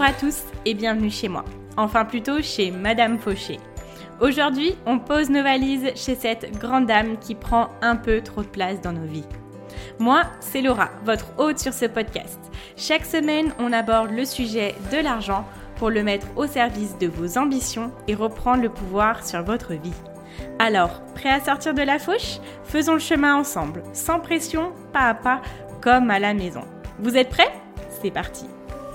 Bonjour à tous et bienvenue chez moi. Enfin plutôt chez Madame Fauché. Aujourd'hui, on pose nos valises chez cette grande dame qui prend un peu trop de place dans nos vies. Moi, c'est Laura, votre hôte sur ce podcast. Chaque semaine, on aborde le sujet de l'argent pour le mettre au service de vos ambitions et reprendre le pouvoir sur votre vie. Alors, prêt à sortir de la fauche ? Faisons le chemin ensemble, sans pression, pas à pas, comme à la maison. Vous êtes prêts ? C'est parti.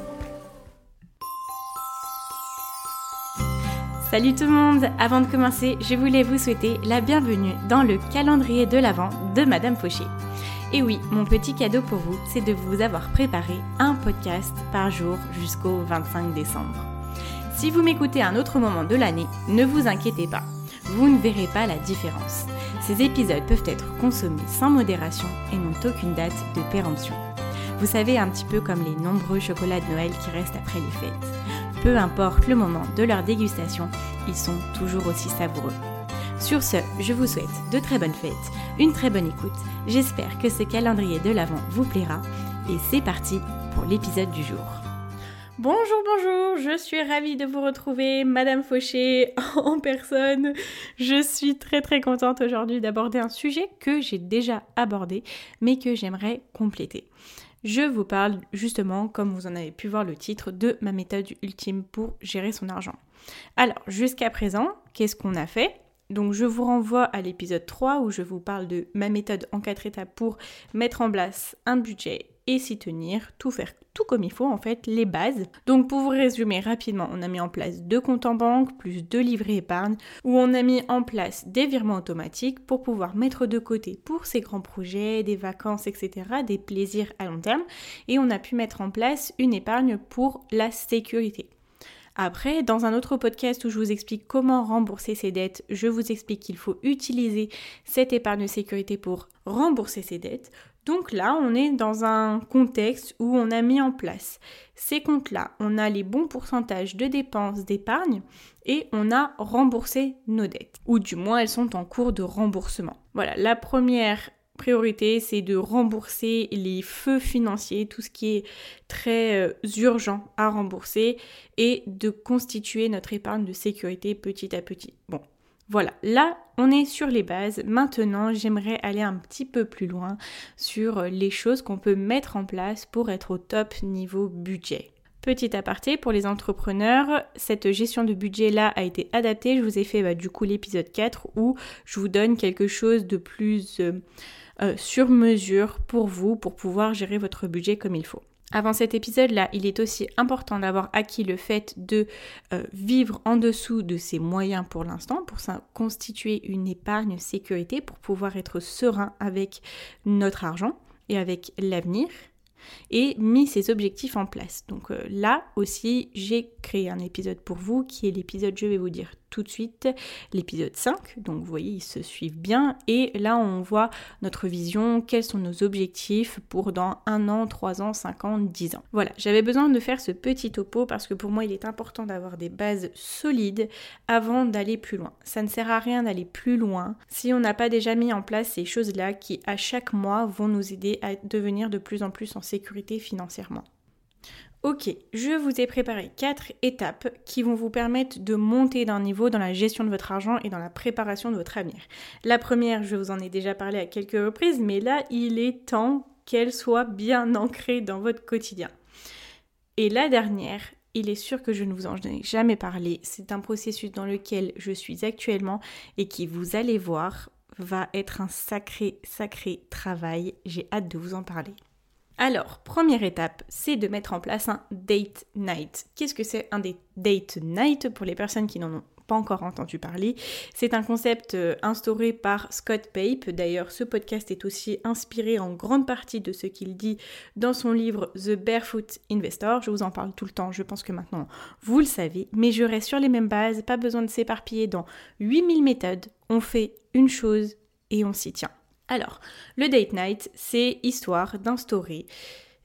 Salut tout le monde! Avant de commencer, je voulais vous souhaiter la bienvenue dans le calendrier de l'Avent de Madame Fauché. Et oui, mon petit cadeau pour vous, c'est de vous avoir préparé un podcast par jour jusqu'au 25 décembre. Si vous m'écoutez à un autre moment de l'année, ne vous inquiétez pas, vous ne verrez pas la différence. Ces épisodes peuvent être consommés sans modération et n'ont aucune date de péremption. Vous savez, un petit peu comme les nombreux chocolats de Noël qui restent après les fêtes. Peu importe le moment de leur dégustation, ils sont toujours aussi savoureux. Sur ce, je vous souhaite de très bonnes fêtes, une très bonne écoute. J'espère que ce calendrier de l'Avent vous plaira. Et c'est parti pour l'épisode du jour. Bonjour, je suis ravie de vous retrouver, Madame Fauché en personne. Je suis très contente aujourd'hui d'aborder un sujet que j'ai déjà abordé, mais que j'aimerais compléter. Je vous parle justement, comme vous en avez pu voir le titre, de ma méthode ultime pour gérer son argent. Alors, jusqu'à présent, qu'est-ce qu'on a fait ? Donc, je vous renvoie à l'épisode 3 où je vous parle de ma méthode en 4 étapes pour mettre en place un budget et s'y tenir, tout faire tout comme il faut en fait, les bases. Donc pour vous résumer rapidement, on a mis en place 2 comptes en banque plus 2 livrets épargne où on a mis en place des virements automatiques pour pouvoir mettre de côté pour ces grands projets, des vacances, etc., des plaisirs à long terme et on a pu mettre en place une épargne pour la sécurité. Après, dans un autre podcast où je vous explique comment rembourser ses dettes, je vous explique qu'il faut utiliser cette épargne de sécurité pour rembourser ses dettes. Donc là, on est dans un contexte où on a mis en place ces comptes-là. On a les bons pourcentages de dépenses d'épargne et on a remboursé nos dettes. Ou du moins, elles sont en cours de remboursement. Voilà, la première priorité, c'est de rembourser les feux financiers, tout ce qui est très urgent à rembourser et de constituer notre épargne de sécurité petit à petit. Bon, voilà, là, on est sur les bases. Maintenant, j'aimerais aller un petit peu plus loin sur les choses qu'on peut mettre en place pour être au top niveau budget. Petit aparté, pour les entrepreneurs, cette gestion de budget-là a été adaptée. Je vous ai fait du coup l'épisode 4 où je vous donne quelque chose de plus sur mesure pour vous, pour pouvoir gérer votre budget comme il faut. Avant cet épisode-là, il est aussi important d'avoir acquis le fait de vivre en dessous de ses moyens pour l'instant, pour constituer une épargne sécurité, pour pouvoir être serein avec notre argent et avec l'avenir, et mis ses objectifs en place. Donc là aussi, j'ai créé un épisode pour vous qui est l'épisode, je vais vous dire tout de suite, l'épisode 5. Donc vous voyez, ils se suivent bien. Et là, on voit notre vision, quels sont nos objectifs pour dans 1 an, 3 ans, 5 ans, 10 ans. Voilà, j'avais besoin de faire ce petit topo parce que pour moi, il est important d'avoir des bases solides avant d'aller plus loin. Ça ne sert à rien d'aller plus loin si on n'a pas déjà mis en place ces choses-là qui, à chaque mois, vont nous aider à devenir de plus en plus en sécurité financièrement. Ok, je vous ai préparé 4 étapes qui vont vous permettre de monter d'un niveau dans la gestion de votre argent et dans la préparation de votre avenir. La première, je vous en ai déjà parlé à quelques reprises, mais là, il est temps qu'elle soit bien ancrée dans votre quotidien. Et la dernière, il est sûr que je ne vous en ai jamais parlé, c'est un processus dans lequel je suis actuellement et qui, vous allez voir, va être un sacré travail. J'ai hâte de vous en parler. Alors, première étape, c'est de mettre en place un date night. Qu'est-ce que c'est un date night pour les personnes qui n'en ont pas encore entendu parler? C'est un concept instauré par Scott Pape. D'ailleurs, ce podcast est aussi inspiré en grande partie de ce qu'il dit dans son livre The Barefoot Investor. Je vous en parle tout le temps, je pense que maintenant vous le savez, mais je reste sur les mêmes bases, pas besoin de s'éparpiller dans 8000 méthodes. On fait une chose et on s'y tient. Alors, le date night, c'est histoire d'instaurer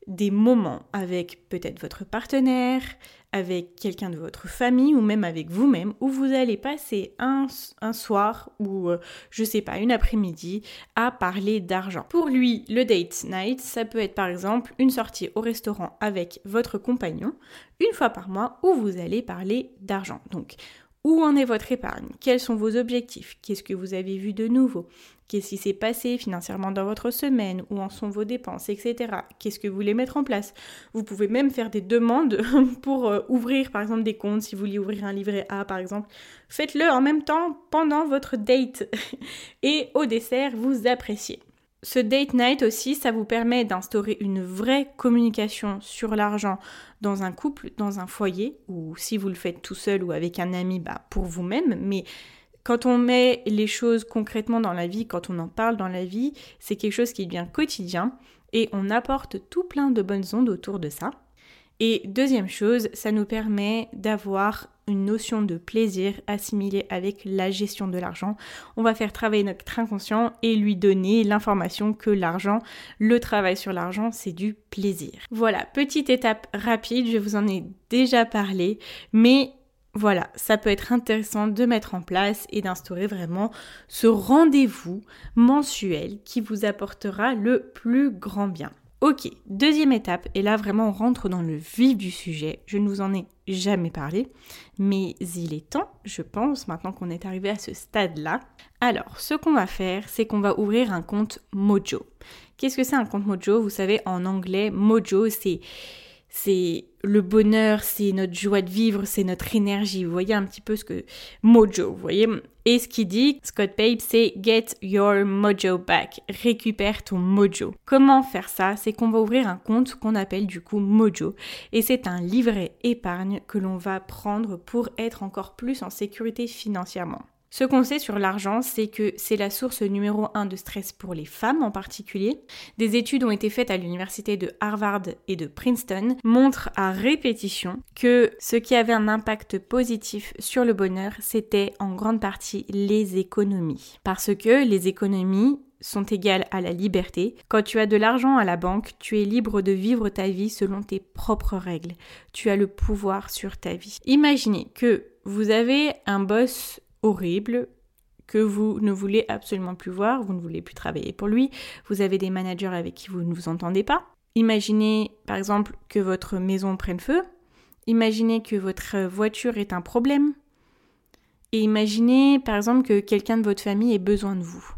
des moments avec peut-être votre partenaire, avec quelqu'un de votre famille ou même avec vous-même où vous allez passer un soir ou je sais pas, une après-midi à parler d'argent. Pour lui, le date night, ça peut être par exemple une sortie au restaurant avec votre compagnon une fois par mois où vous allez parler d'argent. Donc, où en est votre épargne? Quels sont vos objectifs? Qu'est-ce que vous avez vu de nouveau? Qu'est-ce qui s'est passé financièrement dans votre semaine? Où en sont vos dépenses, etc. Qu'est-ce que vous voulez mettre en place? Vous pouvez même faire des demandes pour ouvrir par exemple des comptes. Si vous voulez ouvrir un livret A par exemple, faites-le en même temps pendant votre date. Et au dessert, vous appréciez. Ce date night aussi, ça vous permet d'instaurer une vraie communication sur l'argent dans un couple, dans un foyer, ou si vous le faites tout seul ou avec un ami, pour vous-même. Mais quand on met les choses concrètement dans la vie, quand on en parle dans la vie, c'est quelque chose qui devient quotidien et on apporte tout plein de bonnes ondes autour de ça. Et deuxième chose, ça nous permet d'avoir une notion de plaisir assimilée avec la gestion de l'argent. On va faire travailler notre inconscient et lui donner l'information que l'argent, le travail sur l'argent, c'est du plaisir. Voilà, petite étape rapide, je vous en ai déjà parlé, mais voilà, ça peut être intéressant de mettre en place et d'instaurer vraiment ce rendez-vous mensuel qui vous apportera le plus grand bien. Ok, deuxième étape, et là vraiment on rentre dans le vif du sujet, je ne vous en ai jamais parlé, mais il est temps, je pense, maintenant qu'on est arrivé à ce stade-là. Alors, ce qu'on va faire, c'est qu'on va ouvrir un compte Mojo. Qu'est-ce que c'est un compte Mojo? Vous savez, en anglais, Mojo, c'est le bonheur, c'est notre joie de vivre, c'est notre énergie. Vous voyez un petit peu ce que... Mojo, vous voyez? Et ce qu'il dit, Scott Pape, c'est « Get your mojo back ». Récupère ton mojo. Comment faire ça? C'est qu'on va ouvrir un compte qu'on appelle du coup Mojo. Et c'est un livret épargne que l'on va prendre pour être encore plus en sécurité financièrement. Ce qu'on sait sur l'argent, c'est que c'est la source numéro 1 de stress pour les femmes en particulier. Des études ont été faites à l'université de Harvard et de Princeton montrent à répétition que ce qui avait un impact positif sur le bonheur, c'était en grande partie les économies. Parce que les économies sont égales à la liberté. Quand tu as de l'argent à la banque, tu es libre de vivre ta vie selon tes propres règles. Tu as le pouvoir sur ta vie. Imaginez que vous avez un boss horrible que vous ne voulez absolument plus voir, vous ne voulez plus travailler pour lui, vous avez des managers avec qui vous ne vous entendez pas. Imaginez par exemple que votre maison prenne feu, imaginez que votre voiture est un problème, et imaginez par exemple que quelqu'un de votre famille ait besoin de vous.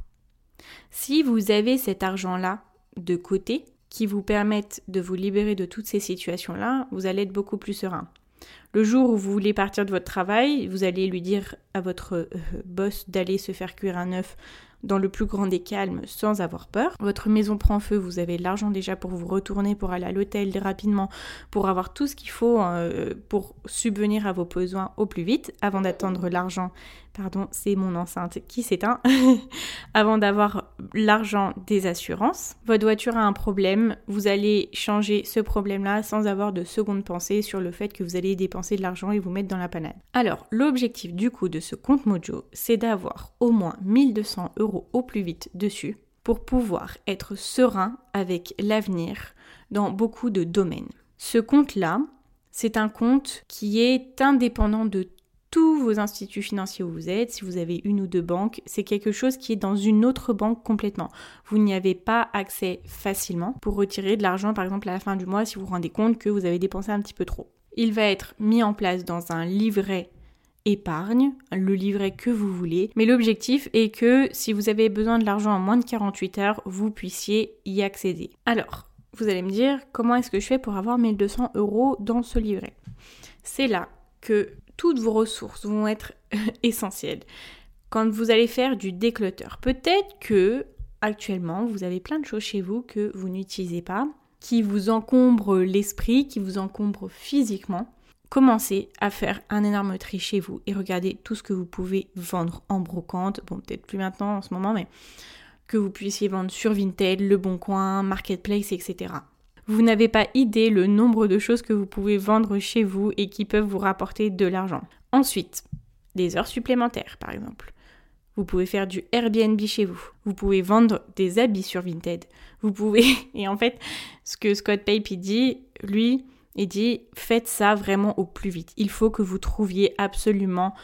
Si vous avez cet argent-là de côté, qui vous permettent de vous libérer de toutes ces situations-là, vous allez être beaucoup plus serein. Le jour où vous voulez partir de votre travail, vous allez lui dire à votre boss d'aller se faire cuire un œuf dans le plus grand des calmes sans avoir peur. Votre maison prend feu, vous avez l'argent déjà pour vous retourner, pour aller à l'hôtel rapidement, pour avoir tout ce qu'il faut pour subvenir à vos besoins au plus vite, avant d'attendre l'argent. Pardon, c'est mon enceinte qui s'éteint. Avant d'avoir l'argent des assurances. Votre voiture a un problème, vous allez changer ce problème-là sans avoir de seconde pensée sur le fait que vous allez dépenser de l'argent et vous mettre dans la panade. Alors, l'objectif du coup de ce compte Mojo, c'est d'avoir au moins 1 200 € au plus vite dessus pour pouvoir être serein avec l'avenir dans beaucoup de domaines. Ce compte-là, c'est un compte qui est indépendant de tous vos instituts financiers où vous êtes, si vous avez 1 ou 2 banques, c'est quelque chose qui est dans une autre banque complètement. Vous n'y avez pas accès facilement pour retirer de l'argent, par exemple à la fin du mois, si vous vous rendez compte que vous avez dépensé un petit peu trop. Il va être mis en place dans un livret épargne, le livret que vous voulez, mais l'objectif est que si vous avez besoin de l'argent en moins de 48 heures, vous puissiez y accéder. Alors, vous allez me dire, comment est-ce que je fais pour avoir 1 200 € dans ce livret? C'est là que toutes vos ressources vont être essentielles. Quand vous allez faire du déclutter, peut-être que actuellement vous avez plein de choses chez vous que vous n'utilisez pas, qui vous encombrent l'esprit, qui vous encombrent physiquement. Commencez à faire un énorme tri chez vous et regardez tout ce que vous pouvez vendre en brocante, bon peut-être plus maintenant en ce moment, mais que vous puissiez vendre sur Vinted, Le Bon Coin, Marketplace, etc. Vous n'avez pas idée le nombre de choses que vous pouvez vendre chez vous et qui peuvent vous rapporter de l'argent. Ensuite, des heures supplémentaires par exemple. Vous pouvez faire du Airbnb chez vous. Vous pouvez vendre des habits sur Vinted. Vous pouvez... Et en fait, ce que Scott Pape il dit, lui, il dit faites ça vraiment au plus vite. Il faut que vous trouviez absolument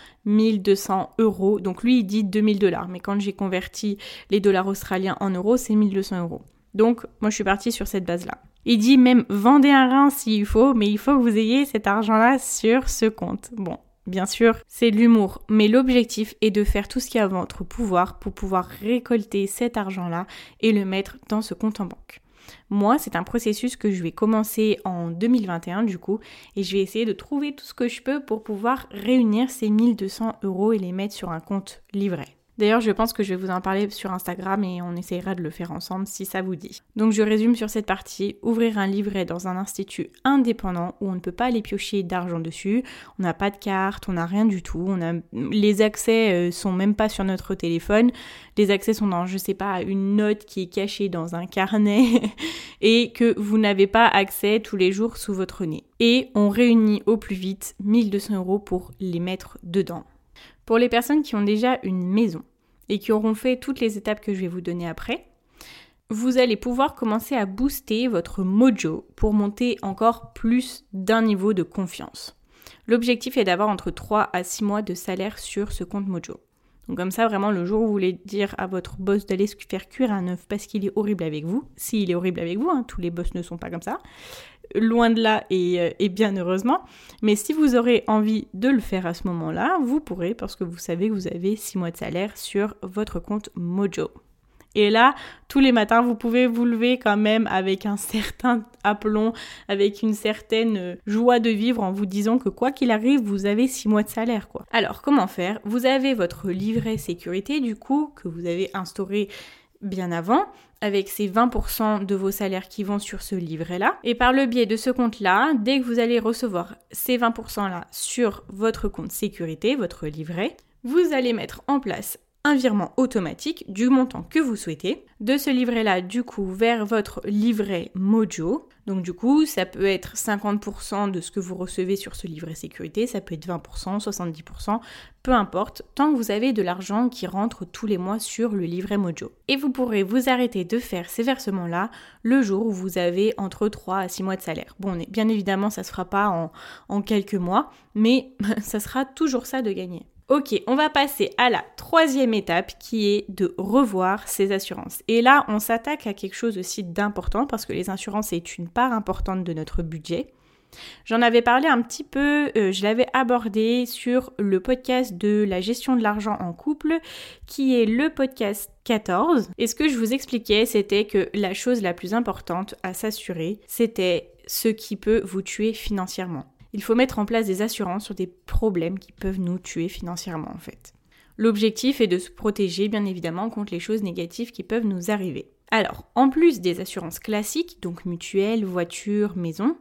1200 €. Donc lui, il dit 2000 $. Mais quand j'ai converti les dollars australiens en euros, c'est 1200 €. Donc moi, je suis partie sur cette base-là. Il dit même vendez un rein s'il faut, mais il faut que vous ayez cet argent-là sur ce compte. Bon. Bien sûr, c'est de l'humour, mais l'objectif est de faire tout ce qui est à votre pouvoir pour pouvoir récolter cet argent-là et le mettre dans ce compte en banque. Moi, c'est un processus que je vais commencer en 2021 du coup, et je vais essayer de trouver tout ce que je peux pour pouvoir réunir ces 1200 € et les mettre sur un compte livret. D'ailleurs, je pense que je vais vous en parler sur Instagram et on essaiera de le faire ensemble si ça vous dit. Donc je résume sur cette partie, ouvrir un livret dans un institut indépendant où on ne peut pas aller piocher d'argent dessus, on n'a pas de carte, on n'a rien du tout, les accès sont même pas sur notre téléphone, les accès sont dans, je sais pas, une note qui est cachée dans un carnet et que vous n'avez pas accès tous les jours sous votre nez. Et on réunit au plus vite 1200 € pour les mettre dedans. Pour les personnes qui ont déjà une maison et qui auront fait toutes les étapes que je vais vous donner après, vous allez pouvoir commencer à booster votre mojo pour monter encore plus d'un niveau de confiance. L'objectif est d'avoir entre 3 à 6 mois de salaire sur ce compte mojo. Donc comme ça, vraiment, le jour où vous voulez dire à votre boss d'aller se faire cuire un œuf parce qu'il est horrible avec vous, s'il est horrible avec vous, tous les boss ne sont pas comme ça, loin de là et bien heureusement, mais si vous aurez envie de le faire à ce moment-là, vous pourrez parce que vous savez que vous avez 6 mois de salaire sur votre compte mojo. Et là, tous les matins, vous pouvez vous lever quand même avec un certain aplomb, avec une certaine joie de vivre en vous disant que quoi qu'il arrive, vous avez 6 mois de salaire, quoi. Alors, comment faire ? Vous avez votre livret sécurité, du coup, que vous avez instauré bien avant, avec ces 20% de vos salaires qui vont sur ce livret-là. Et par le biais de ce compte-là, dès que vous allez recevoir ces 20%-là sur votre compte sécurité, votre livret, vous allez mettre en place un virement automatique du montant que vous souhaitez, de ce livret-là du coup vers votre livret Mojo. Donc du coup, ça peut être 50% de ce que vous recevez sur ce livret sécurité, ça peut être 20%, 70%, peu importe, tant que vous avez de l'argent qui rentre tous les mois sur le livret Mojo. Et vous pourrez vous arrêter de faire ces versements-là le jour où vous avez entre 3 à 6 mois de salaire. Bon, bien évidemment, ça ne se fera pas en quelques mois, mais ça sera toujours ça de gagner. Ok, on va passer à la troisième étape qui est de revoir ses assurances. Et là, on s'attaque à quelque chose aussi d'important parce que les assurances, c'est une part importante de notre budget. J'en avais parlé un petit peu, je l'avais abordé sur le podcast de la gestion de l'argent en couple, qui est le podcast 14. Et ce que je vous expliquais, c'était que la chose la plus importante à s'assurer, c'était ce qui peut vous tuer financièrement. Il faut mettre en place des assurances sur des problèmes qui peuvent nous tuer financièrement en fait. L'objectif est de se protéger bien évidemment contre les choses négatives qui peuvent nous arriver. Alors, en plus des assurances classiques, donc mutuelles, voiture, maison,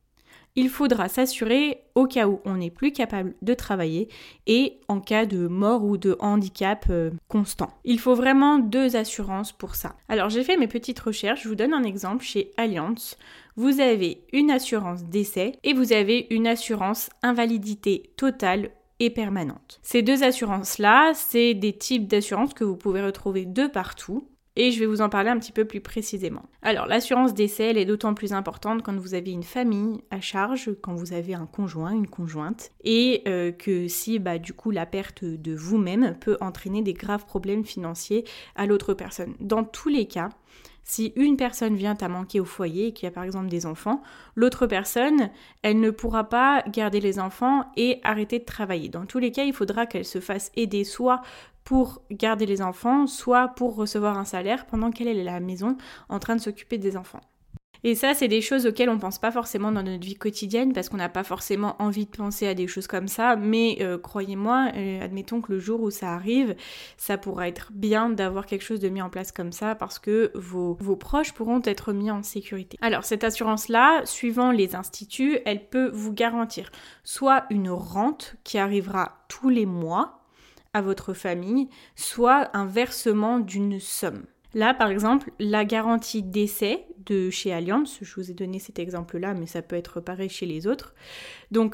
il faudra s'assurer au cas où on n'est plus capable de travailler et en cas de mort ou de handicap constant. Il faut vraiment 2 assurances pour ça. Alors j'ai fait mes petites recherches, je vous donne un exemple chez Allianz. Vous avez une assurance décès et vous avez une assurance invalidité totale et permanente. Ces 2 assurances-là, c'est des types d'assurances que vous pouvez retrouver de partout. Et je vais vous en parler un petit peu plus précisément. Alors, l'assurance décès, elle est d'autant plus importante quand vous avez une famille à charge, quand vous avez un conjoint, une conjointe, et que si, du coup, la perte de vous-même peut entraîner des graves problèmes financiers à l'autre personne. Dans tous les cas, si une personne vient à manquer au foyer et qu'il y a par exemple des enfants, l'autre personne, elle ne pourra pas garder les enfants et arrêter de travailler. Dans tous les cas, il faudra qu'elle se fasse aider soit pour garder les enfants, soit pour recevoir un salaire pendant qu'elle est à la maison en train de s'occuper des enfants. Et ça, c'est des choses auxquelles on ne pense pas forcément dans notre vie quotidienne parce qu'on n'a pas forcément envie de penser à des choses comme ça, mais croyez-moi, admettons que le jour où ça arrive, ça pourra être bien d'avoir quelque chose de mis en place comme ça parce que vos proches pourront être mis en sécurité. Alors, cette assurance-là, suivant les instituts, elle peut vous garantir soit une rente qui arrivera tous les mois à votre famille, soit un versement d'une somme. Là, par exemple, la garantie décès de chez Allianz, je vous ai donné cet exemple-là, mais ça peut être pareil chez les autres. Donc,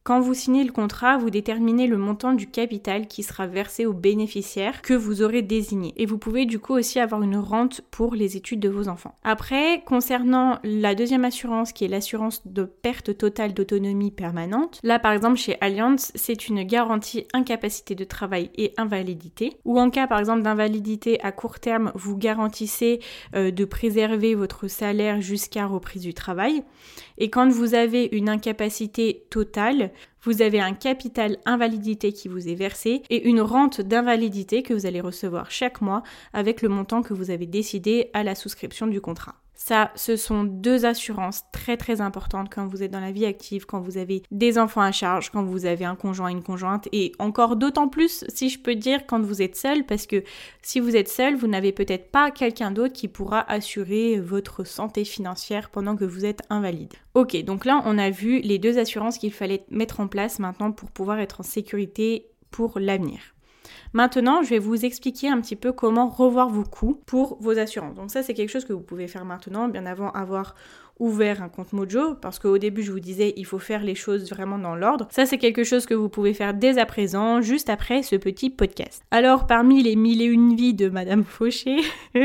Quand vous signez le contrat, vous déterminez le montant du capital qui sera versé aux bénéficiaires que vous aurez désigné. Et vous pouvez du coup aussi avoir une rente pour les études de vos enfants. Après, concernant la deuxième assurance qui est l'assurance de perte totale d'autonomie permanente, là par exemple chez Allianz, c'est une garantie incapacité de travail et invalidité. Ou en cas par exemple d'invalidité à court terme, vous garantissez de préserver votre salaire jusqu'à reprise du travail. Et quand vous avez une incapacité totale, vous avez un capital invalidité qui vous est versé et une rente d'invalidité que vous allez recevoir chaque mois avec le montant que vous avez décidé à la souscription du contrat. Ça, ce sont deux assurances très très importantes quand vous êtes dans la vie active, quand vous avez des enfants à charge, quand vous avez un conjoint, une conjointe et encore d'autant plus, si je peux dire, quand vous êtes seul parce que si vous êtes seul, vous n'avez peut-être pas quelqu'un d'autre qui pourra assurer votre santé financière pendant que vous êtes invalide. Ok, donc là, on a vu les deux assurances qu'il fallait mettre en place maintenant pour pouvoir être en sécurité pour l'avenir. Maintenant, je vais vous expliquer un petit peu comment revoir vos coûts pour vos assurances. Donc ça, c'est quelque chose que vous pouvez faire maintenant, bien avant avoir ouvert un compte Mojo, parce qu'au début, je vous disais, il faut faire les choses vraiment dans l'ordre. Ça, c'est quelque chose que vous pouvez faire dès à présent, juste après ce petit podcast. Alors, parmi les 1001 vies de Madame Fauché,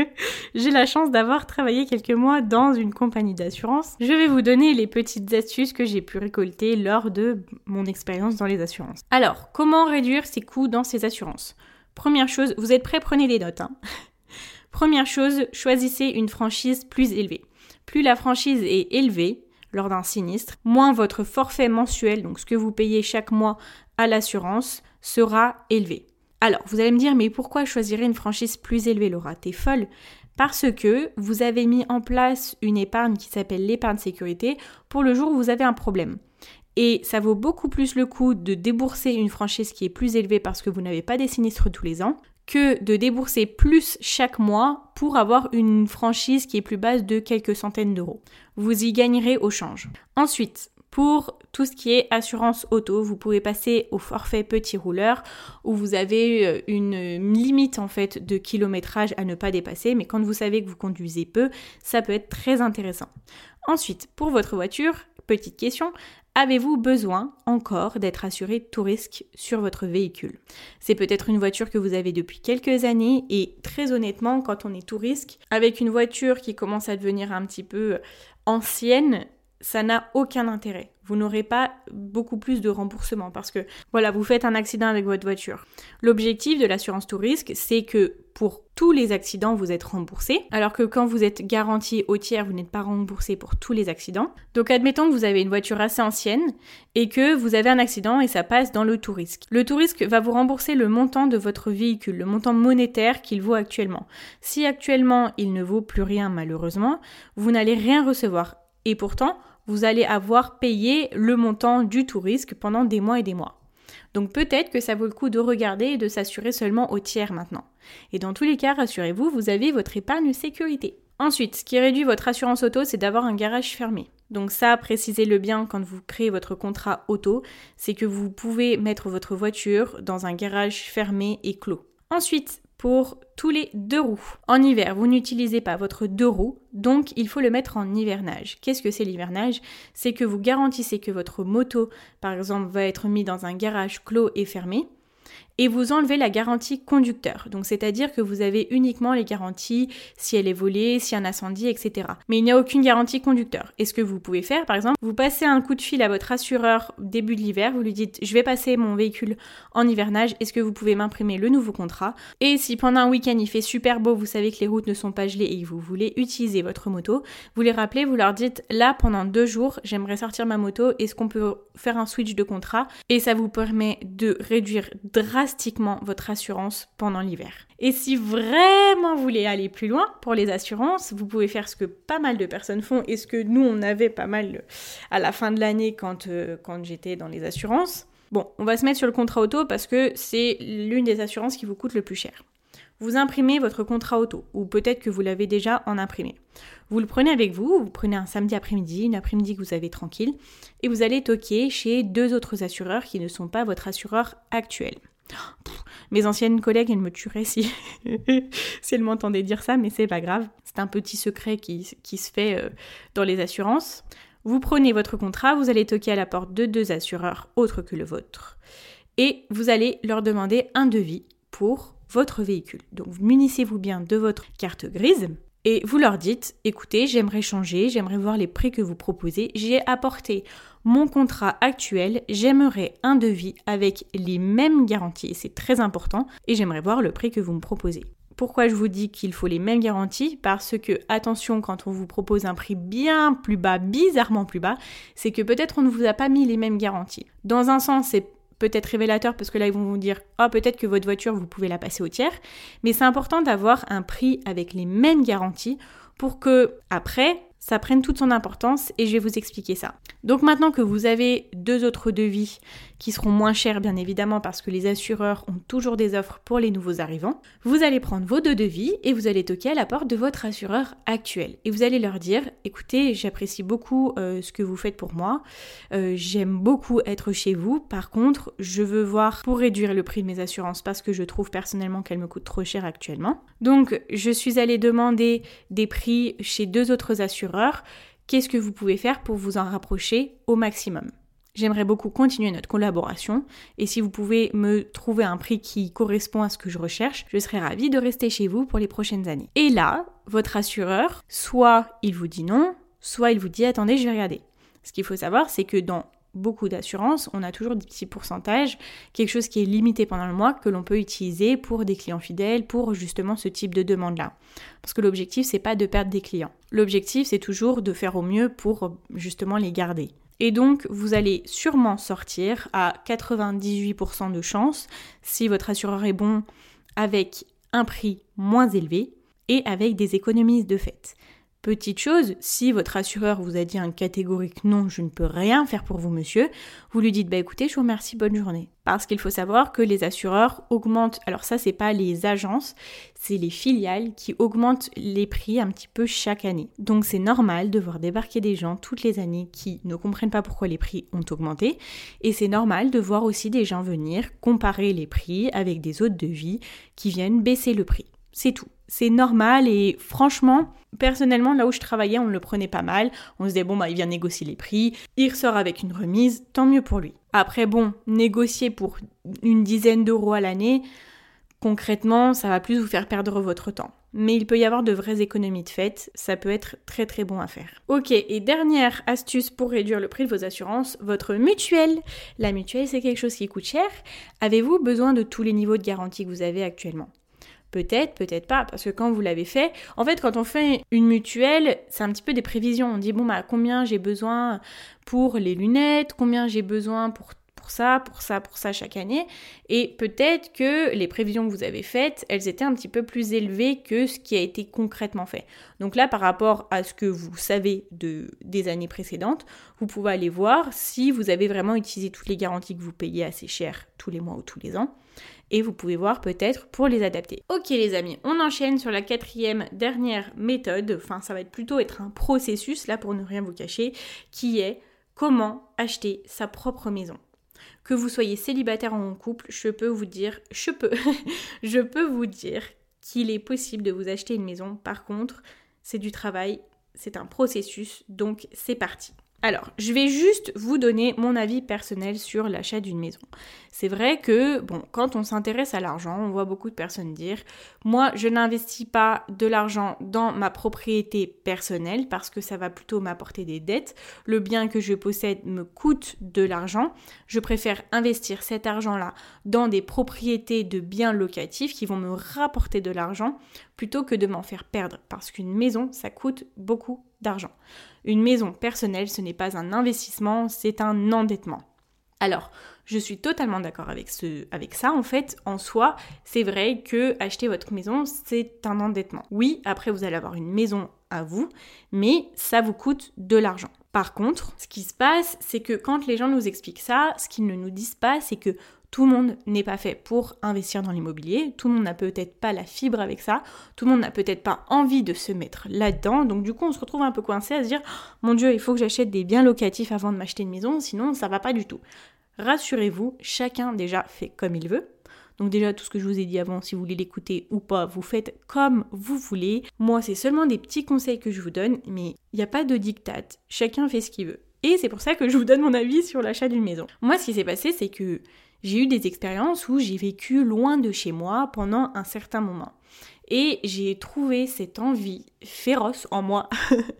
j'ai la chance d'avoir travaillé quelques mois dans une compagnie d'assurance. Je vais vous donner les petites astuces que j'ai pu récolter lors de mon expérience dans les assurances. Alors, comment réduire ses coûts dans ces assurances ? Première chose, vous êtes prêts, prenez des notes. Première chose, choisissez une franchise plus élevée. Plus la franchise est élevée lors d'un sinistre, moins votre forfait mensuel, donc ce que vous payez chaque mois à l'assurance, sera élevé. Alors, vous allez me dire, mais pourquoi choisir une franchise plus élevée, Laura ? T'es folle ? Parce que vous avez mis en place une épargne qui s'appelle l'épargne sécurité pour le jour où vous avez un problème. Et ça vaut beaucoup plus le coup de débourser une franchise qui est plus élevée parce que vous n'avez pas des sinistres tous les ans que de débourser plus chaque mois pour avoir une franchise qui est plus basse de quelques centaines d'euros. Vous y gagnerez au change. Ensuite, pour tout ce qui est assurance auto, vous pouvez passer au forfait petit rouleur où vous avez une limite en fait de kilométrage à ne pas dépasser, mais quand vous savez que vous conduisez peu, ça peut être très intéressant. Ensuite, pour votre voiture, petite question, avez-vous besoin encore d'être assuré tout risque sur votre véhicule ? C'est peut-être une voiture que vous avez depuis quelques années et très honnêtement, quand on est tout risque, avec une voiture qui commence à devenir un petit peu ancienne, ça n'a aucun intérêt. Vous n'aurez pas beaucoup plus de remboursement parce que voilà, vous faites un accident avec votre voiture. L'objectif de l'assurance tout risque, c'est que pour tous les accidents, vous êtes remboursé, alors que quand vous êtes garanti au tiers, vous n'êtes pas remboursé pour tous les accidents. Donc admettons que vous avez une voiture assez ancienne et que vous avez un accident et ça passe dans le tout risque. Le tout risque va vous rembourser le montant de votre véhicule, le montant monétaire qu'il vaut actuellement. Si actuellement il ne vaut plus rien malheureusement, vous n'allez rien recevoir. Et pourtant, vous allez avoir payé le montant du tout risque pendant des mois et des mois. Donc peut-être que ça vaut le coup de regarder et de s'assurer seulement au tiers maintenant. Et dans tous les cas, rassurez-vous, vous avez votre épargne sécurité. Ensuite, ce qui réduit votre assurance auto, c'est d'avoir un garage fermé. Donc ça, précisez-le bien quand vous créez votre contrat auto, c'est que vous pouvez mettre votre voiture dans un garage fermé et clos. Ensuite, pour tous les 2 roues. En hiver, vous n'utilisez pas votre 2 roues, donc il faut le mettre en hivernage. Qu'est-ce que c'est l'hivernage ? C'est que vous garantissez que votre moto, par exemple, va être mise dans un garage clos et fermé, et vous enlevez la garantie conducteur. Donc c'est-à-dire que vous avez uniquement les garanties si elle est volée, si un incendie, etc. Mais il n'y a aucune garantie conducteur. Et ce que vous pouvez faire, par exemple, vous passez un coup de fil à votre assureur début de l'hiver, vous lui dites « Je vais passer mon véhicule en hivernage, est-ce que vous pouvez m'imprimer le nouveau contrat ?» Et si pendant un week-end il fait super beau, vous savez que les routes ne sont pas gelées et que vous voulez utiliser votre moto, vous les rappelez, vous leur dites « Là, pendant 2 jours, j'aimerais sortir ma moto, est-ce qu'on peut faire un switch de contrat ?» Et ça vous permet de réduire drastiquement votre assurance pendant l'hiver. Et si vraiment vous voulez aller plus loin pour les assurances, vous pouvez faire ce que pas mal de personnes font et ce que nous on avait pas mal à la fin de l'année quand j'étais dans les assurances. Bon, on va se mettre sur le contrat auto parce que c'est l'une des assurances qui vous coûte le plus cher. Vous imprimez votre contrat auto, ou peut-être que vous l'avez déjà en imprimé. Vous le prenez avec vous, vous prenez un samedi après-midi, une après-midi que vous avez tranquille, et vous allez toquer chez 2 autres assureurs qui ne sont pas votre assureur actuel. Mes anciennes collègues, elles me tueraient si elles m'entendaient dire ça, mais c'est pas grave. C'est un petit secret qui se fait dans les assurances. Vous prenez votre contrat, vous allez toquer à la porte de 2 assureurs autres que le vôtre et vous allez leur demander un devis pour votre véhicule. Donc munissez-vous bien de votre carte grise et vous leur dites « Écoutez, j'aimerais changer, j'aimerais voir les prix que vous proposez, j'ai apporté mon contrat actuel, j'aimerais un devis avec les mêmes garanties, et c'est très important, et j'aimerais voir le prix que vous me proposez. » Pourquoi je vous dis qu'il faut les mêmes garanties ? Parce que, attention, quand on vous propose un prix bien plus bas, bizarrement plus bas, c'est que peut-être on ne vous a pas mis les mêmes garanties. Dans un sens, c'est peut-être révélateur parce que là, ils vont vous dire « Ah, peut-être que votre voiture, vous pouvez la passer au tiers. » Mais c'est important d'avoir un prix avec les mêmes garanties pour que, après, ça prenne toute son importance et je vais vous expliquer ça. Donc maintenant que vous avez 2 autres devis qui seront moins chers bien évidemment parce que les assureurs ont toujours des offres pour les nouveaux arrivants, vous allez prendre vos 2 devis et vous allez toquer à la porte de votre assureur actuel. Et vous allez leur dire « Écoutez, j'apprécie beaucoup ce que vous faites pour moi, j'aime beaucoup être chez vous, par contre je veux voir pour réduire le prix de mes assurances parce que je trouve personnellement qu'elles me coûtent trop cher actuellement. Donc je suis allée demander des prix chez 2 autres assureurs. Qu'est-ce que vous pouvez faire pour vous en rapprocher au maximum ? J'aimerais beaucoup continuer notre collaboration et si vous pouvez me trouver un prix qui correspond à ce que je recherche, je serais ravie de rester chez vous pour les prochaines années. » Et là, votre assureur, soit il vous dit non, soit il vous dit « Attendez, je vais regarder. » Ce qu'il faut savoir, c'est que dans beaucoup d'assurances, on a toujours des petits pourcentages, quelque chose qui est limité pendant le mois que l'on peut utiliser pour des clients fidèles, pour justement ce type de demande-là. Parce que l'objectif, c'est pas de perdre des clients. L'objectif, c'est toujours de faire au mieux pour justement les garder. Et donc, vous allez sûrement sortir à 98% de chance, si votre assureur est bon, avec un prix moins élevé et avec des économies de fait. Petite chose, si votre assureur vous a dit un catégorique non, je ne peux rien faire pour vous monsieur, vous lui dites écoutez, je vous remercie, bonne journée. Parce qu'il faut savoir que les assureurs augmentent, alors ça c'est pas les agences, c'est les filiales qui augmentent les prix un petit peu chaque année. Donc c'est normal de voir débarquer des gens toutes les années qui ne comprennent pas pourquoi les prix ont augmenté et c'est normal de voir aussi des gens venir comparer les prix avec des autres devis qui viennent baisser le prix. C'est tout. C'est normal et franchement, personnellement, là où je travaillais, on le prenait pas mal. On se disait, il vient négocier les prix, il ressort avec une remise, tant mieux pour lui. Après, négocier pour une dizaine d'euros à l'année, concrètement, ça va plus vous faire perdre votre temps. Mais il peut y avoir de vraies économies de fait, ça peut être très très bon à faire. Ok, et dernière astuce pour réduire le prix de vos assurances, votre mutuelle. La mutuelle, c'est quelque chose qui coûte cher. Avez-vous besoin de tous les niveaux de garantie que vous avez actuellement ? Peut-être, peut-être pas, parce que quand vous l'avez fait, en fait, quand on fait une mutuelle, c'est un petit peu des prévisions. On dit, combien j'ai besoin pour les lunettes, combien j'ai besoin pour ça chaque année. Et peut-être que les prévisions que vous avez faites, elles étaient un petit peu plus élevées que ce qui a été concrètement fait. Donc là, par rapport à ce que vous savez des années précédentes, vous pouvez aller voir si vous avez vraiment utilisé toutes les garanties que vous payez assez cher tous les mois ou tous les ans. Et vous pouvez voir peut-être pour les adapter. Ok les amis, on enchaîne sur la 4e dernière méthode, ça va plutôt être un processus, là pour ne rien vous cacher, qui est comment acheter sa propre maison. Que vous soyez célibataire ou en couple, je peux vous dire qu'il est possible de vous acheter une maison. Par contre, c'est du travail, c'est un processus, donc c'est parti. Alors, je vais juste vous donner mon avis personnel sur l'achat d'une maison. C'est vrai que, quand on s'intéresse à l'argent, on voit beaucoup de personnes dire « Moi, je n'investis pas de l'argent dans ma propriété personnelle parce que ça va plutôt m'apporter des dettes. Le bien que je possède me coûte de l'argent. Je préfère investir cet argent-là dans des propriétés de biens locatifs qui vont me rapporter de l'argent plutôt que de m'en faire perdre parce qu'une maison, ça coûte beaucoup d'argent. Une maison personnelle, ce n'est pas un investissement, c'est un endettement. » Alors, je suis totalement d'accord avec ça. En fait, en soi, c'est vrai que acheter votre maison, c'est un endettement. Oui, après, vous allez avoir une maison à vous, mais ça vous coûte de l'argent. Par contre, ce qui se passe, c'est que quand les gens nous expliquent ça, ce qu'ils ne nous disent pas, c'est que tout le monde n'est pas fait pour investir dans l'immobilier, tout le monde n'a peut-être pas la fibre avec ça, tout le monde n'a peut-être pas envie de se mettre là-dedans, donc du coup on se retrouve un peu coincé à se dire « Mon Dieu, il faut que j'achète des biens locatifs avant de m'acheter une maison, sinon ça va pas du tout ». Rassurez-vous, chacun déjà fait comme il veut. Donc déjà, tout ce que je vous ai dit avant, si vous voulez l'écouter ou pas, vous faites comme vous voulez. Moi, c'est seulement des petits conseils que je vous donne, mais il n'y a pas de diktat. Chacun fait ce qu'il veut. Et c'est pour ça que je vous donne mon avis sur l'achat d'une maison. Moi, ce qui s'est passé, c'est que j'ai eu des expériences où j'ai vécu loin de chez moi pendant un certain moment. Et j'ai trouvé cette envie féroce en moi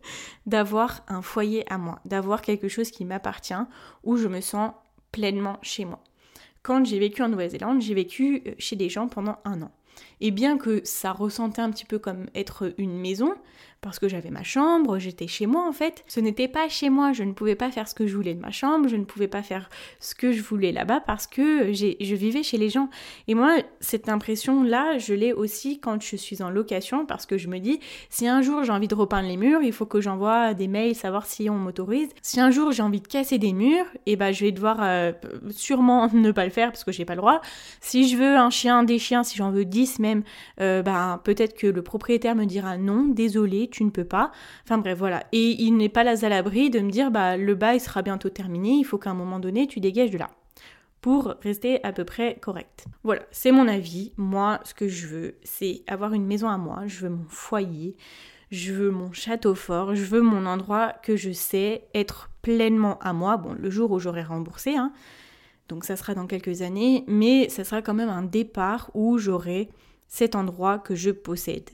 d'avoir un foyer à moi, d'avoir quelque chose qui m'appartient, où je me sens pleinement chez moi. Quand j'ai vécu en Nouvelle-Zélande, j'ai vécu chez des gens pendant 1 an. Et bien que ça ressentait un petit peu comme être une maison, parce que j'avais ma chambre, j'étais chez moi en fait, ce n'était pas chez moi, je ne pouvais pas faire ce que je voulais de ma chambre, je ne pouvais pas faire ce que je voulais là-bas parce que je vivais chez les gens. Et moi, cette impression-là, je l'ai aussi quand je suis en location parce que je me dis, si un jour j'ai envie de repeindre les murs, il faut que j'envoie des mails savoir si on m'autorise. Si un jour j'ai envie de casser des murs, et ben je vais devoir sûrement ne pas le faire parce que j'ai pas le droit. Si je veux un chien, des chiens, si j'en veux 10 même, peut-être que le propriétaire me dira non, désolé, tu ne peux pas. Enfin bref, voilà. Et il n'est pas là à l'abri de me dire, le bail sera bientôt terminé, il faut qu'à un moment donné, tu dégages de là. Pour rester à peu près correct. Voilà, c'est mon avis. Moi, ce que je veux, c'est avoir une maison à moi. Je veux mon foyer, je veux mon château fort, je veux mon endroit que je sais être pleinement à moi. Bon, le jour où j'aurai remboursé, donc ça sera dans quelques années, mais ça sera quand même un départ où j'aurai cet endroit que je possède.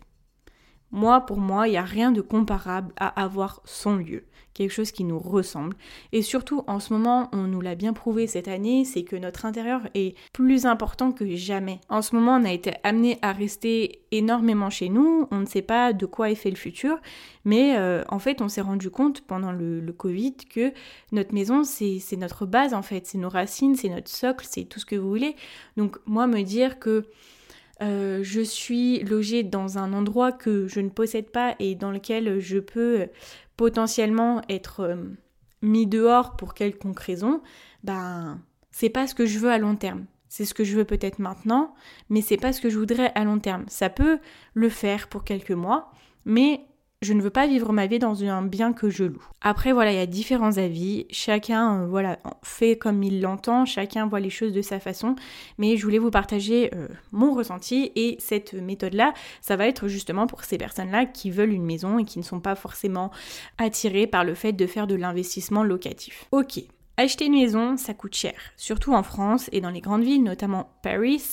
Moi, pour moi, il n'y a rien de comparable à avoir son lieu, quelque chose qui nous ressemble. Et surtout, en ce moment, on nous l'a bien prouvé cette année, c'est que notre intérieur est plus important que jamais. En ce moment, on a été amené à rester énormément chez nous, on ne sait pas de quoi est fait le futur, mais en fait, on s'est rendu compte pendant le Covid que notre maison, c'est notre base en fait, c'est nos racines, c'est notre socle, c'est tout ce que vous voulez. Donc moi, me dire que je suis logée dans un endroit que je ne possède pas et dans lequel je peux potentiellement être mis dehors pour quelconque raison, c'est pas ce que je veux à long terme. C'est ce que je veux peut-être maintenant, mais c'est pas ce que je voudrais à long terme. Ça peut le faire pour quelques mois, mais je ne veux pas vivre ma vie dans un bien que je loue. Après, voilà, il y a différents avis. Chacun, fait comme il l'entend. Chacun voit les choses de sa façon. Mais je voulais vous partager mon ressenti. Et cette méthode-là, ça va être justement pour ces personnes-là qui veulent une maison et qui ne sont pas forcément attirées par le fait de faire de l'investissement locatif. Ok. Acheter une maison, ça coûte cher, surtout en France et dans les grandes villes, notamment Paris.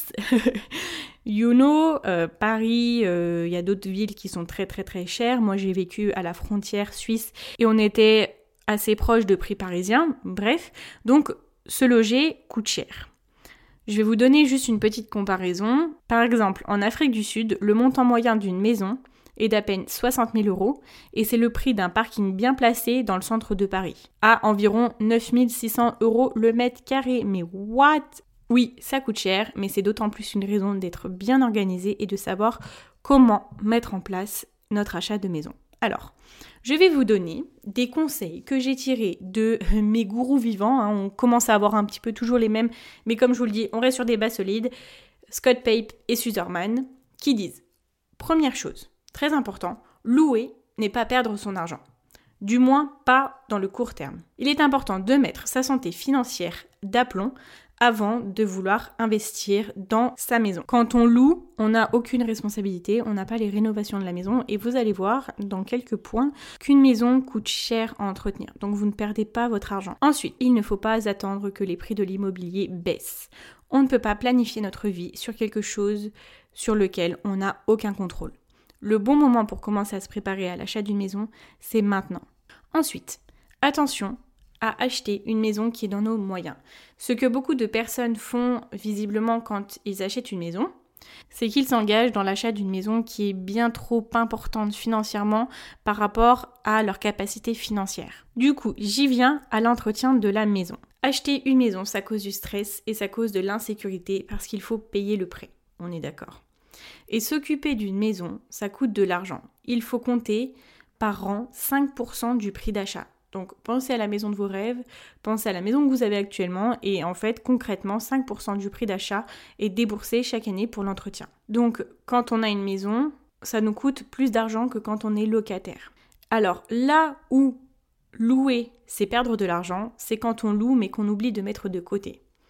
Paris, y a d'autres villes qui sont très très très chères. Moi, j'ai vécu à la frontière suisse et on était assez proche de prix parisiens. Bref, donc se loger coûte cher. Je vais vous donner juste une petite comparaison. Par exemple, en Afrique du Sud, le montant moyen d'une maison est d'à peine 60 000 € et c'est le prix d'un parking bien placé dans le centre de Paris, à environ 9 600 € le mètre carré. Mais what ? Oui, ça coûte cher, mais c'est d'autant plus une raison d'être bien organisé et de savoir comment mettre en place notre achat de maison. Alors, je vais vous donner des conseils que j'ai tirés de mes gourous vivants. On commence à avoir un petit peu toujours les mêmes, mais comme je vous le dis, on reste sur des bases solides. Scott Pape et Sutherman qui disent, première chose, très important, louer n'est pas perdre son argent. Du moins pas dans le court terme. Il est important de mettre sa santé financière d'aplomb avant de vouloir investir dans sa maison. Quand on loue, on n'a aucune responsabilité, on n'a pas les rénovations de la maison et vous allez voir dans quelques points qu'une maison coûte cher à entretenir. Donc vous ne perdez pas votre argent. Ensuite, il ne faut pas attendre que les prix de l'immobilier baissent. On ne peut pas planifier notre vie sur quelque chose sur lequel on n'a aucun contrôle. Le bon moment pour commencer à se préparer à l'achat d'une maison, c'est maintenant. Ensuite, attention à acheter une maison qui est dans nos moyens. Ce que beaucoup de personnes font visiblement quand ils achètent une maison, c'est qu'ils s'engagent dans l'achat d'une maison qui est bien trop importante financièrement par rapport à leur capacité financière. Du coup, j'y viens à l'entretien de la maison. Acheter une maison, ça cause du stress et ça cause de l'insécurité parce qu'il faut payer le prêt. On est d'accord. Et s'occuper d'une maison, ça coûte de l'argent. Il faut compter par an 5% du prix d'achat. Donc pensez à la maison de vos rêves, pensez à la maison que vous avez actuellement et en fait concrètement 5% du prix d'achat est déboursé chaque année pour l'entretien. Donc quand on a une maison, ça nous coûte plus d'argent que quand on est locataire. Alors là où louer c'est perdre de l'argent, c'est quand on loue mais qu'on oublie de mettre de côté.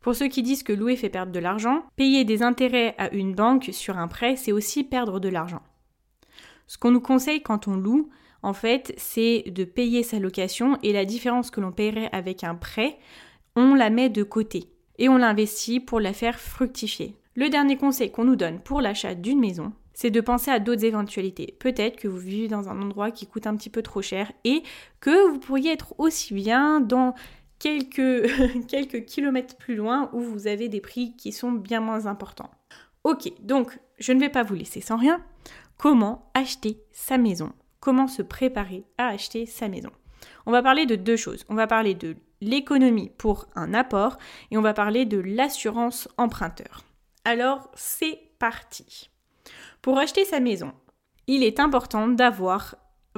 Pour ceux qui disent que louer fait perdre de l'argent, payer des intérêts à une banque sur un prêt, c'est aussi perdre de l'argent. Ce qu'on nous conseille quand on loue, en fait, c'est de payer sa location et la différence que l'on paierait avec un prêt, on la met de côté et on l'investit pour la faire fructifier. Le dernier conseil qu'on nous donne pour l'achat d'une maison, c'est de penser à d'autres éventualités. Peut-être que vous vivez dans un endroit qui coûte un petit peu trop cher et que vous pourriez être aussi bien dans quelques kilomètres plus loin où vous avez des prix qui sont bien moins importants. Ok, donc je ne vais pas vous laisser sans rien. Comment acheter sa maison ? Comment se préparer à acheter sa maison ? On va parler de deux choses. On va parler de l'économie pour un apport et on va parler de l'assurance emprunteur. Alors, c'est parti. Pour acheter sa maison, il est important d'avoir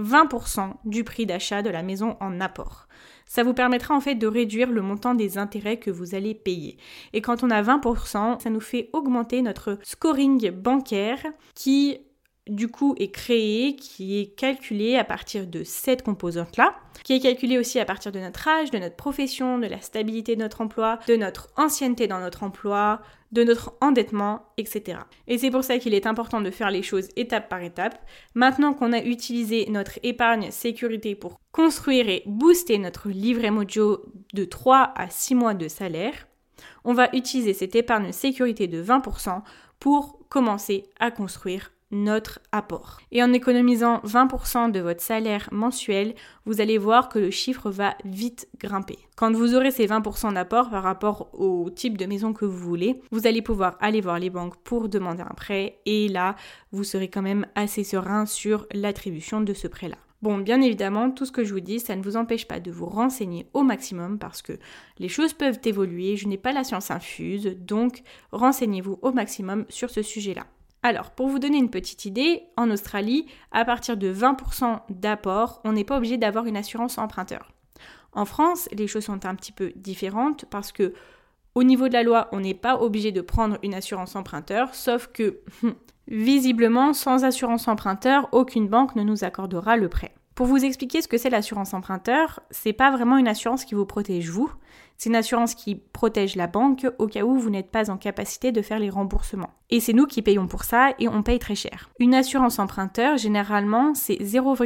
20% du prix d'achat de la maison en apport. Ça vous permettra en fait de réduire le montant des intérêts que vous allez payer. Et quand on a 20%, ça nous fait augmenter notre scoring bancaire qui du coup est créé, qui est calculé à partir de cette composante-là, qui est calculé aussi à partir de notre âge, de notre profession, de la stabilité de notre emploi, de notre ancienneté dans notre emploi, de notre endettement, etc. Et c'est pour ça qu'il est important de faire les choses étape par étape. Maintenant qu'on a utilisé notre épargne sécurité pour construire et booster notre livret Mojo de 3 à 6 mois de salaire, on va utiliser cette épargne sécurité de 20% pour commencer à construire notre apport. Et en économisant 20% de votre salaire mensuel, vous allez voir que le chiffre va vite grimper. Quand vous aurez ces 20% d'apport par rapport au type de maison que vous voulez, vous allez pouvoir aller voir les banques pour demander un prêt et là, vous serez quand même assez serein sur l'attribution de ce prêt-là. Bon, bien évidemment, tout ce que je vous dis, ça ne vous empêche pas de vous renseigner au maximum parce que les choses peuvent évoluer, je n'ai pas la science infuse, donc renseignez-vous au maximum sur ce sujet-là. Alors, pour vous donner une petite idée, en Australie, à partir de 20% d'apport, on n'est pas obligé d'avoir une assurance emprunteur. En France, les choses sont un petit peu différentes parce que au niveau de la loi, on n'est pas obligé de prendre une assurance emprunteur, sauf que, visiblement, sans assurance emprunteur, aucune banque ne nous accordera le prêt. Pour vous expliquer ce que c'est l'assurance emprunteur, c'est pas vraiment une assurance qui vous protège vous, c'est une assurance qui protège la banque au cas où vous n'êtes pas en capacité de faire les remboursements. Et c'est nous qui payons pour ça et on paye très cher. Une assurance emprunteur, généralement, c'est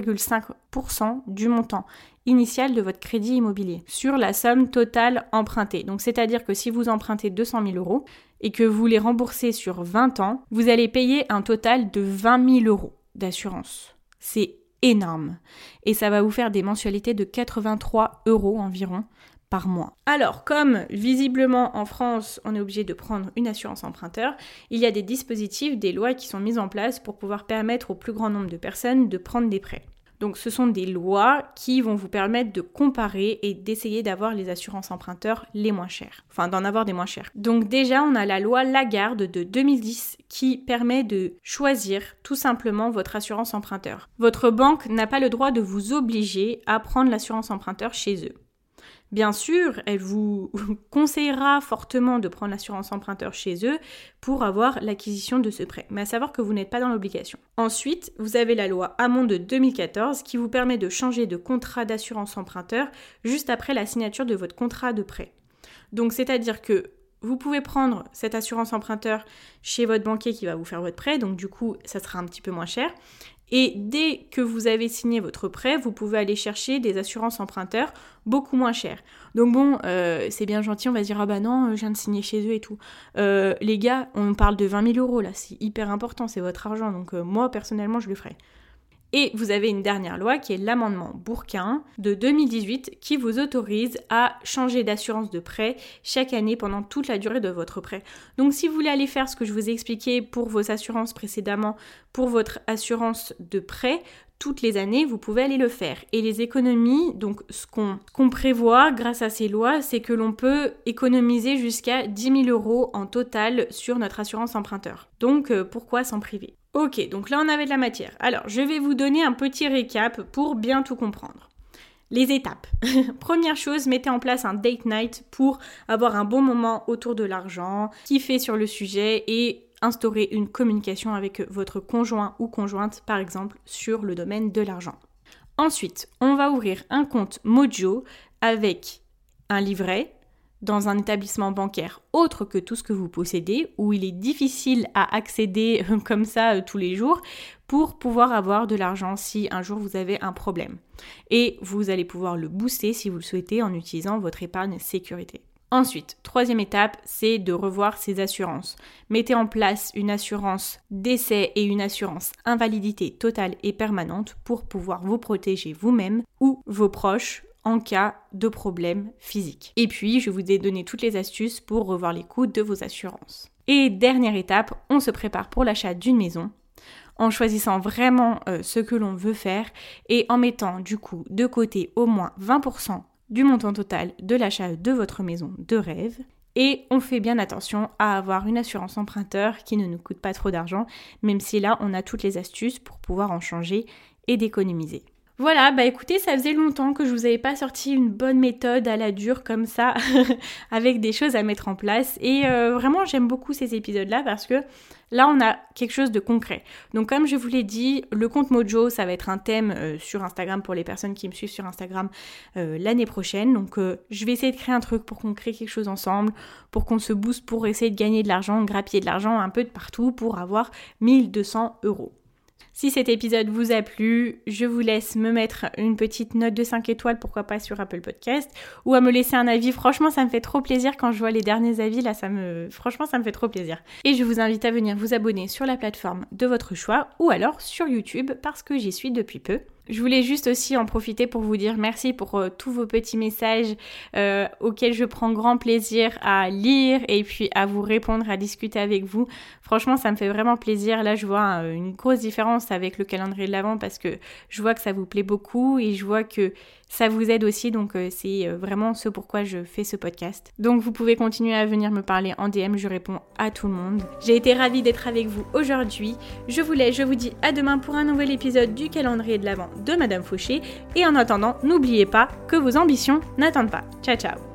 0,5% du montant initial de votre crédit immobilier sur la somme totale empruntée. Donc c'est-à-dire que si vous empruntez 200 000 euros et que vous les remboursez sur 20 ans, vous allez payer un total de 20 000 euros d'assurance. C'est énorme. Et ça va vous faire des mensualités de 83 euros environ par mois. Alors, comme visiblement en France, on est obligé de prendre une assurance emprunteur, il y a des dispositifs, des lois qui sont mises en place pour pouvoir permettre au plus grand nombre de personnes de prendre des prêts. Donc ce sont des lois qui vont vous permettre de comparer et d'essayer d'avoir les assurances emprunteurs les moins chères. Enfin, d'en avoir des moins chères. Donc déjà, on a la loi Lagarde de 2010 qui permet de choisir tout simplement votre assurance emprunteur. Votre banque n'a pas le droit de vous obliger à prendre l'assurance emprunteur chez eux. Bien sûr, elle vous conseillera fortement de prendre l'assurance emprunteur chez eux pour avoir l'acquisition de ce prêt. Mais à savoir que vous n'êtes pas dans l'obligation. Ensuite, vous avez la loi Hamon de 2014 qui vous permet de changer de contrat d'assurance emprunteur juste après la signature de votre contrat de prêt. Donc, c'est-à-dire que vous pouvez prendre cette assurance emprunteur chez votre banquier qui va vous faire votre prêt, donc du coup, ça sera un petit peu moins cher. Et dès que vous avez signé votre prêt, vous pouvez aller chercher des assurances emprunteurs beaucoup moins chères. Donc bon, c'est bien gentil, on va dire « Ah bah non, je viens de signer chez eux et tout ». Les gars, on parle de 20 000 euros là, c'est hyper important, c'est votre argent. Donc moi, personnellement, je le ferai. Et vous avez une dernière loi qui est l'amendement Bourquin de 2018 qui vous autorise à changer d'assurance de prêt chaque année pendant toute la durée de votre prêt. Donc si vous voulez aller faire ce que je vous ai expliqué pour vos assurances précédemment, pour votre assurance de prêt, toutes les années, vous pouvez aller le faire. Et les économies, donc ce qu'on prévoit grâce à ces lois, c'est que l'on peut économiser jusqu'à 10 000 euros en total sur notre assurance emprunteur. Donc pourquoi s'en priver ? Ok, donc là on avait de la matière. Alors, je vais vous donner un petit récap pour bien tout comprendre. Les étapes. Première chose, mettez en place un date night pour avoir un bon moment autour de l'argent, kiffer sur le sujet et instaurer une communication avec votre conjoint ou conjointe, par exemple, sur le domaine de l'argent. Ensuite, on va ouvrir un compte Mojo avec un livret, dans un établissement bancaire autre que tout ce que vous possédez, où il est difficile à accéder comme ça tous les jours, pour pouvoir avoir de l'argent si un jour vous avez un problème. Et vous allez pouvoir le booster si vous le souhaitez en utilisant votre épargne sécurité. Ensuite, troisième étape, c'est de revoir ses assurances. Mettez en place une assurance décès et une assurance invalidité totale et permanente pour pouvoir vous protéger vous-même ou vos proches en cas de problème physique. Et puis, je vous ai donné toutes les astuces pour revoir les coûts de vos assurances. Et dernière étape, on se prépare pour l'achat d'une maison en choisissant vraiment ce que l'on veut faire et en mettant du coup de côté au moins 20% du montant total de l'achat de votre maison de rêve. Et on fait bien attention à avoir une assurance emprunteur qui ne nous coûte pas trop d'argent, même si là on a toutes les astuces pour pouvoir en changer et d'économiser. Voilà, écoutez, ça faisait longtemps que je vous avais pas sorti une bonne méthode à la dure comme ça, avec des choses à mettre en place. Et vraiment, j'aime beaucoup ces épisodes-là parce que là, on a quelque chose de concret. Donc comme je vous l'ai dit, le compte Mojo, ça va être un thème sur Instagram pour les personnes qui me suivent sur Instagram l'année prochaine. Donc je vais essayer de créer un truc pour qu'on crée quelque chose ensemble, pour qu'on se booste, pour essayer de gagner de l'argent, grappiller de l'argent un peu de partout pour avoir 1200 €. Si cet épisode vous a plu, je vous laisse me mettre une petite note de 5 étoiles, pourquoi pas sur Apple Podcast, ou à me laisser un avis. Franchement, ça me fait trop plaisir quand je vois les derniers avis, là, franchement, ça me fait trop plaisir. Et je vous invite à venir vous abonner sur la plateforme de votre choix, ou alors sur YouTube, parce que j'y suis depuis peu. Je voulais juste aussi en profiter pour vous dire merci pour tous vos petits messages auxquels je prends grand plaisir à lire et puis à vous répondre, à discuter avec vous. Franchement, ça me fait vraiment plaisir. Là, je vois une grosse différence avec le calendrier de l'Avent parce que je vois que ça vous plaît beaucoup et je vois que ça vous aide aussi. Donc, c'est vraiment ce pourquoi je fais ce podcast. Donc, vous pouvez continuer à venir me parler en DM. Je réponds à tout le monde. J'ai été ravie d'être avec vous aujourd'hui. Je vous laisse. Je vous dis à demain pour un nouvel épisode du calendrier de l'Avent de Madame Fauché. Et en attendant, n'oubliez pas que vos ambitions n'attendent pas. Ciao, ciao!